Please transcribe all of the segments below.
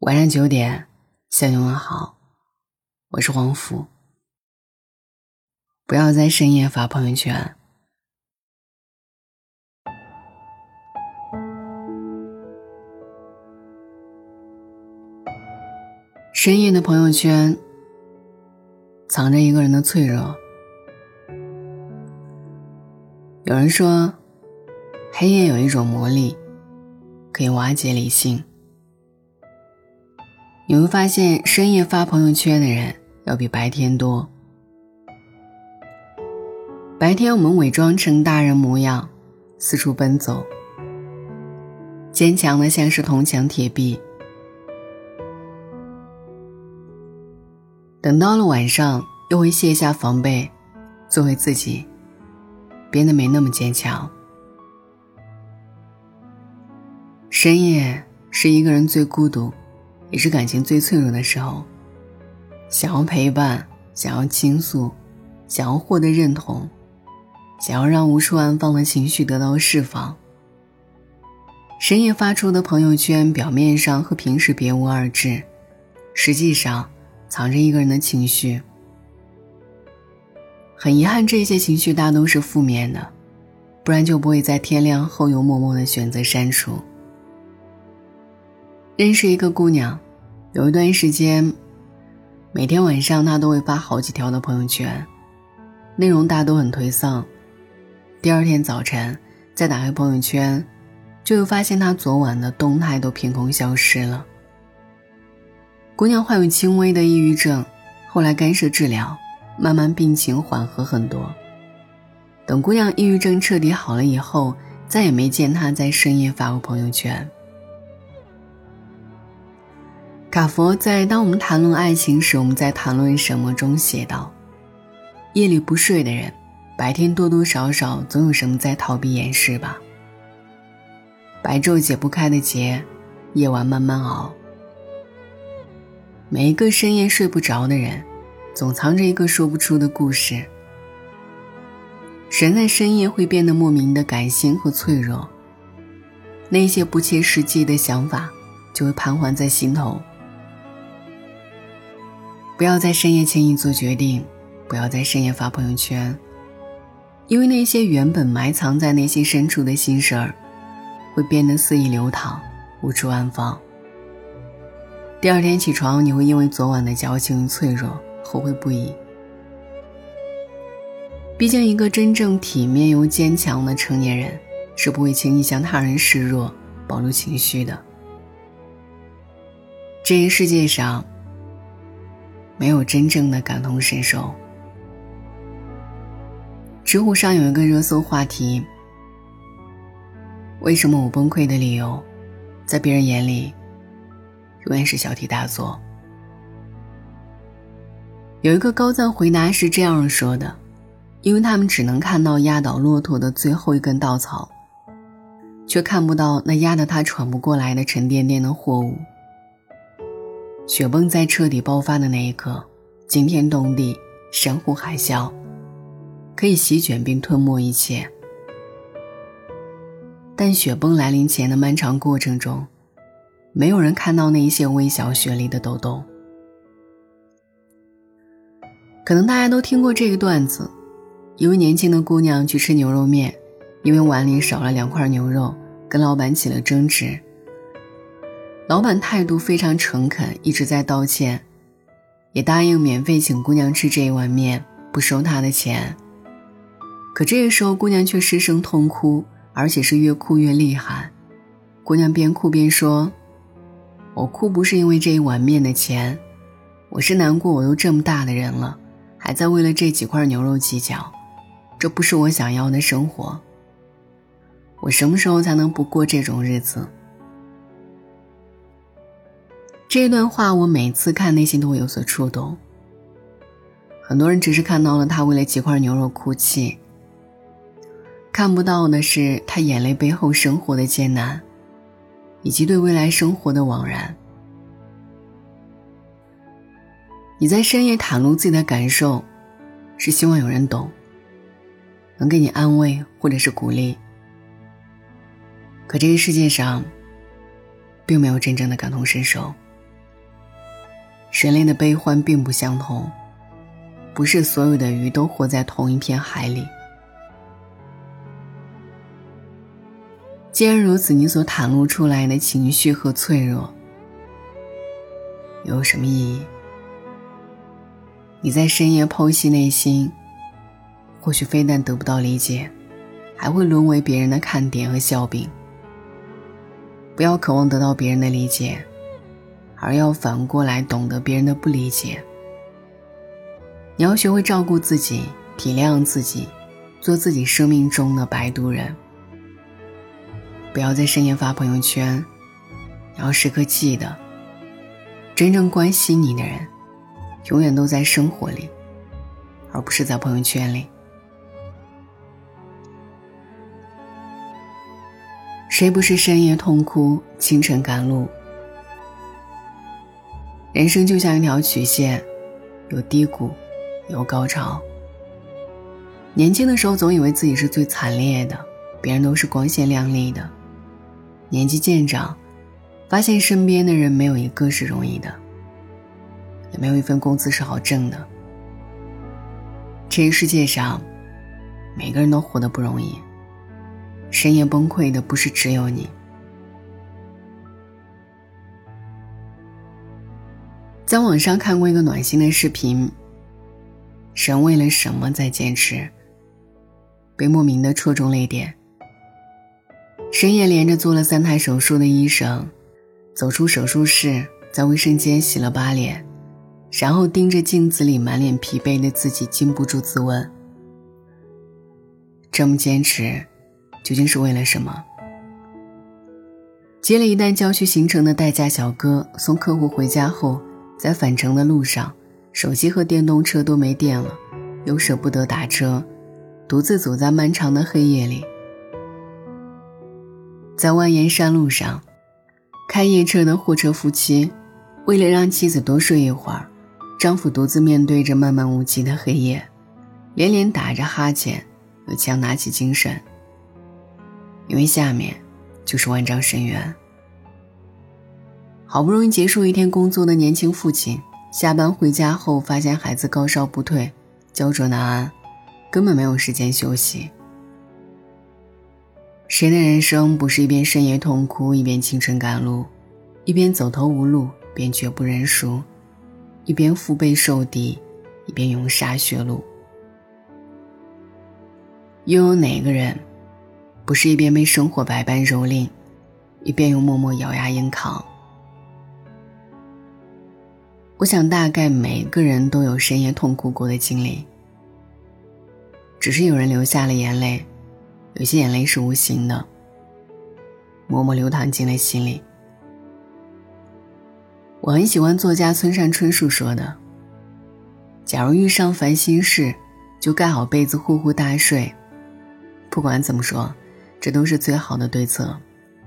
晚上9点，向你问好，我是黄甫。不要在深夜发朋友圈。深夜的朋友圈藏着一个人的脆弱。有人说，黑夜有一种魔力，可以瓦解理性。你会发现，深夜发朋友圈的人要比白天多。白天我们伪装成大人模样，四处奔走，坚强的像是铜墙铁壁。等到了晚上，又会卸下防备，做回自己，变得没那么坚强。深夜是一个人最孤独，也是感情最脆弱的时候，想要陪伴，想要倾诉，想要获得认同，想要让无处安放的情绪得到释放。深夜发出的朋友圈表面上和平时别无二致，实际上藏着一个人的情绪。很遗憾，这些情绪大都是负面的，不然就不会在天亮后又默默地选择删除。认识一个姑娘，有一段时间，每天晚上她都会发好几条的朋友圈，内容大都很颓丧。第二天早晨再打开朋友圈，就会发现她昨晚的动态都凭空消失了。姑娘患有轻微的抑郁症，后来干涉治疗，慢慢病情缓和很多。等姑娘抑郁症彻底好了以后，再也没见她在深夜发过朋友圈。卡佛在《当我们谈论爱情时，我们在谈论什么》中写道，夜里不睡的人，白天多多少少总有什么在逃避掩饰吧。白昼解不开的结，夜晚慢慢熬。每一个深夜睡不着的人，总藏着一个说不出的故事。人在深夜会变得莫名的感性和脆弱，那些不切实际的想法就会盘桓在心头。不要在深夜轻易做决定，不要在深夜发朋友圈，因为那些原本埋藏在内心深处的心事儿，会变得肆意流淌，无处安放。第二天起床，你会因为昨晚的矫情与脆弱后悔不已。毕竟一个真正体面又坚强的成年人，是不会轻易向他人示弱，暴露情绪的。这一世界上没有真正的感同身受。知乎上有一个热搜话题，为什么我崩溃的理由，在别人眼里永远是小题大做。有一个高赞回答是这样说的，因为他们只能看到压倒骆驼的最后一根稻草，却看不到那压得他喘不过来的沉甸甸的货物。雪崩在彻底爆发的那一刻，惊天动地，山呼海啸，可以席卷并吞没一切。但雪崩来临前的漫长过程中，没有人看到那一些微小雪里的抖动。可能大家都听过这个段子，一位年轻的姑娘去吃牛肉面，因为碗里少了2块牛肉，跟老板起了争执。老板态度非常诚恳，一直在道歉，也答应免费请姑娘吃这一碗面，不收她的钱。可这个时候姑娘却失声痛哭，而且是越哭越厉害。姑娘边哭边说，我哭不是因为这一碗面的钱，我是难过我都这么大的人了，还在为了这几块牛肉计较，这不是我想要的生活。我什么时候才能不过这种日子？这段话我每次看内心都会有所触动。很多人只是看到了他为了几块牛肉哭泣，看不到的是他眼泪背后生活的艰难，以及对未来生活的惘然。你在深夜袒露自己的感受，是希望有人懂，能给你安慰或者是鼓励。可这个世界上并没有真正的感同身受。 人类的悲欢并不相同，不是所有的鱼都活在同一片海里。既然如此，你所袒露出来的情绪和脆弱有什么意义？你在深夜剖析内心，或许非但得不到理解，还会沦为别人的看点和笑柄。不要渴望得到别人的理解，而要反过来懂得别人的不理解。你要学会照顾自己，体谅自己，做自己生命中的摆渡人。不要在深夜发朋友圈，你要时刻记得，真正关心你的人永远都在生活里，而不是在朋友圈里。谁不是深夜痛哭，清晨赶路？人生就像一条曲线，有低谷，有高潮。年轻的时候总以为自己是最惨烈的，别人都是光鲜亮丽的。年纪渐长，发现身边的人没有一个是容易的，也没有一份工资是好挣的。这个世界上，每个人都活得不容易，深夜崩溃的不是只有你。在网上看过一个暖心的视频，人为了什么在坚持？被莫名的戳中泪点。深夜连着做了3台手术的医生，走出手术室，在卫生间洗了把脸，然后盯着镜子里满脸疲惫的自己，禁不住自问：这么坚持，究竟是为了什么？接了一单郊区行程的代驾小哥，送客户回家后，在返程的路上，手机和电动车都没电了，又舍不得打车，独自走在漫长的黑夜里。在蜿蜒山路上，开夜车的货车夫妻，为了让妻子多睡一会儿，丈夫独自面对着漫漫无际的黑夜，连连打着哈欠，又强打起精神，因为下面就是万丈深渊。好不容易结束一天工作的年轻父亲，下班回家后发现孩子高烧不退，焦灼难安，根本没有时间休息。谁的人生不是一边深夜痛哭，一边清晨赶路，一边走投无路，便绝不认输，一边腹背受敌，一边涌沙血路？又有哪个人不是一边被生活百般蹂躏，一边又默默咬牙硬扛？我想大概每个人都有深夜痛哭过的经历，只是有人流下了眼泪，有些眼泪是无形的，默默流淌进了心里。我很喜欢作家村上春树说的，假如遇上烦心事，就盖好被子呼呼大睡。不管怎么说，这都是最好的对策。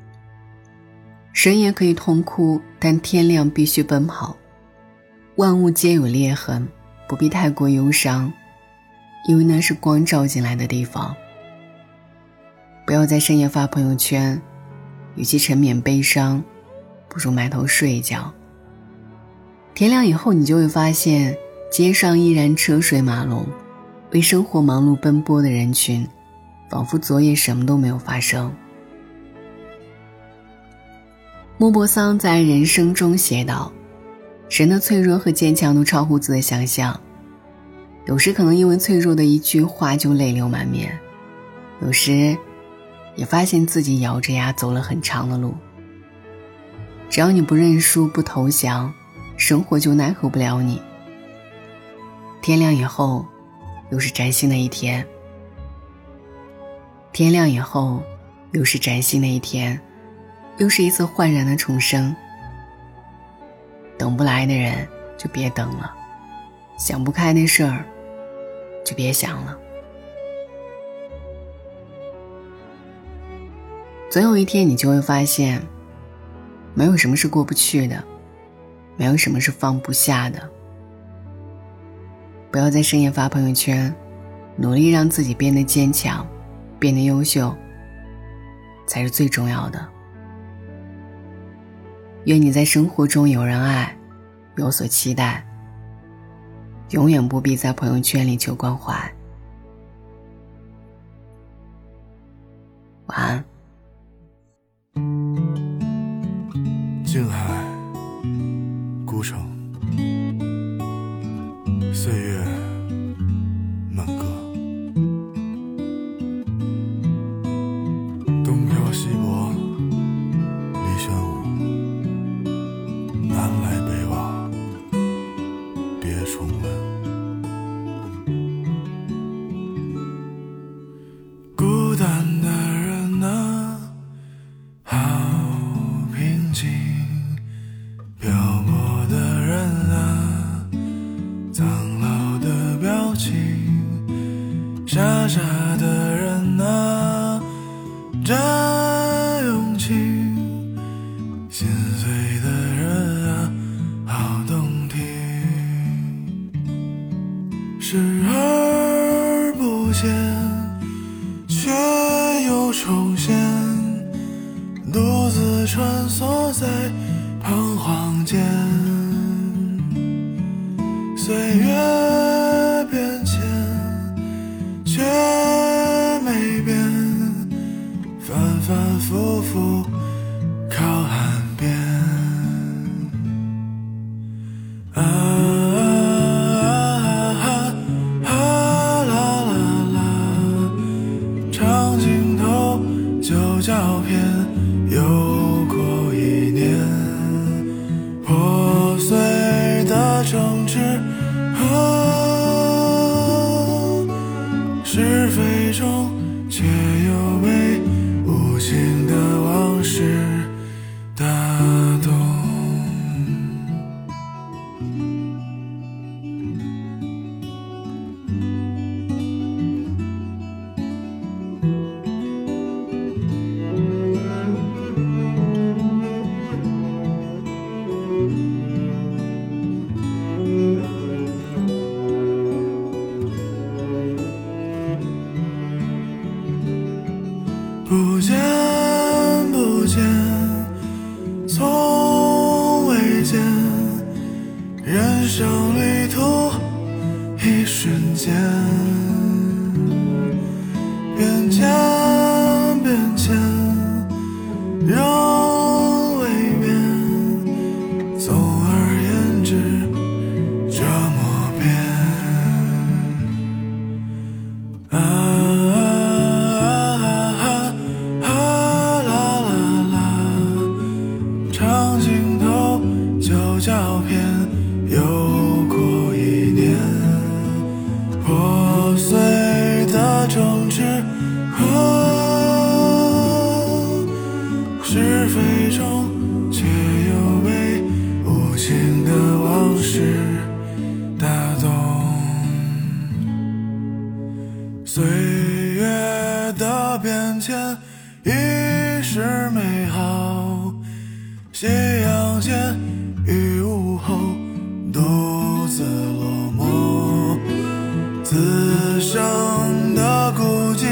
深夜可以痛哭，但天亮必须奔跑。万物皆有裂痕，不必太过忧伤，因为那是光照进来的地方。不要在深夜发朋友圈，与其沉湎悲伤，不如埋头睡一觉。天亮以后，你就会发现街上依然车水马龙，为生活忙碌奔波的人群，仿佛昨夜什么都没有发生。莫泊桑在人生中写道，人的脆弱和坚强都超乎自己的想象，有时可能因为脆弱的一句话就泪流满面，有时也发现自己咬着牙走了很长的路。只要你不认输不投降，生活就奈何不了你。天亮以后又是崭新的一天，天亮以后又是崭新的一天，又是一次焕然的重生。等不来的人就别等了，想不开的事儿就别想了。总有一天你就会发现，没有什么是过不去的，没有什么是放不下的。不要在深夜发朋友圈，努力让自己变得坚强，变得优秀，才是最重要的。愿你在生活中有人爱， 有所期待，永远不必在朋友圈里求关怀。晚安。 静海孤城，岁月满歌，东飘西泊离玄武，南来北往别重温。孤单的人啊，好平静，漂泊的人啊，苍老的表情，傻傻的人啊，真勇气，心碎的人啊，好动听，视而不见，却又重现，独自穿梭在彷徨间，岁月变迁，却没变，反反复复靠岸边。啊啦啦啦，长镜头旧照片又过一年，破碎的争执是非中，却又被无情的往事打动。不见不见，从未见，人生旅途一瞬间，变迁变迁，仍未变，总而言之这么变。长镜头旧照片又过一年，破碎的争执是非中，却又被无情的往事打动。岁月的变迁已是美好，夕阳间与午后独自落寞，自生的孤寂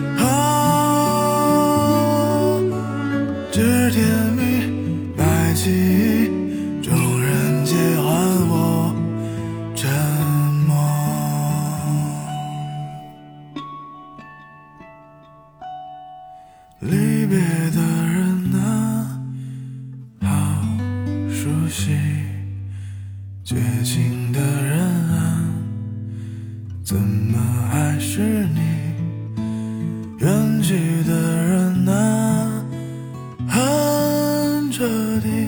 知天命白起义，众人皆还我沉默。离别的人啊，好熟悉，绝情的人啊，怎么还是你？远去的人啊，很彻底。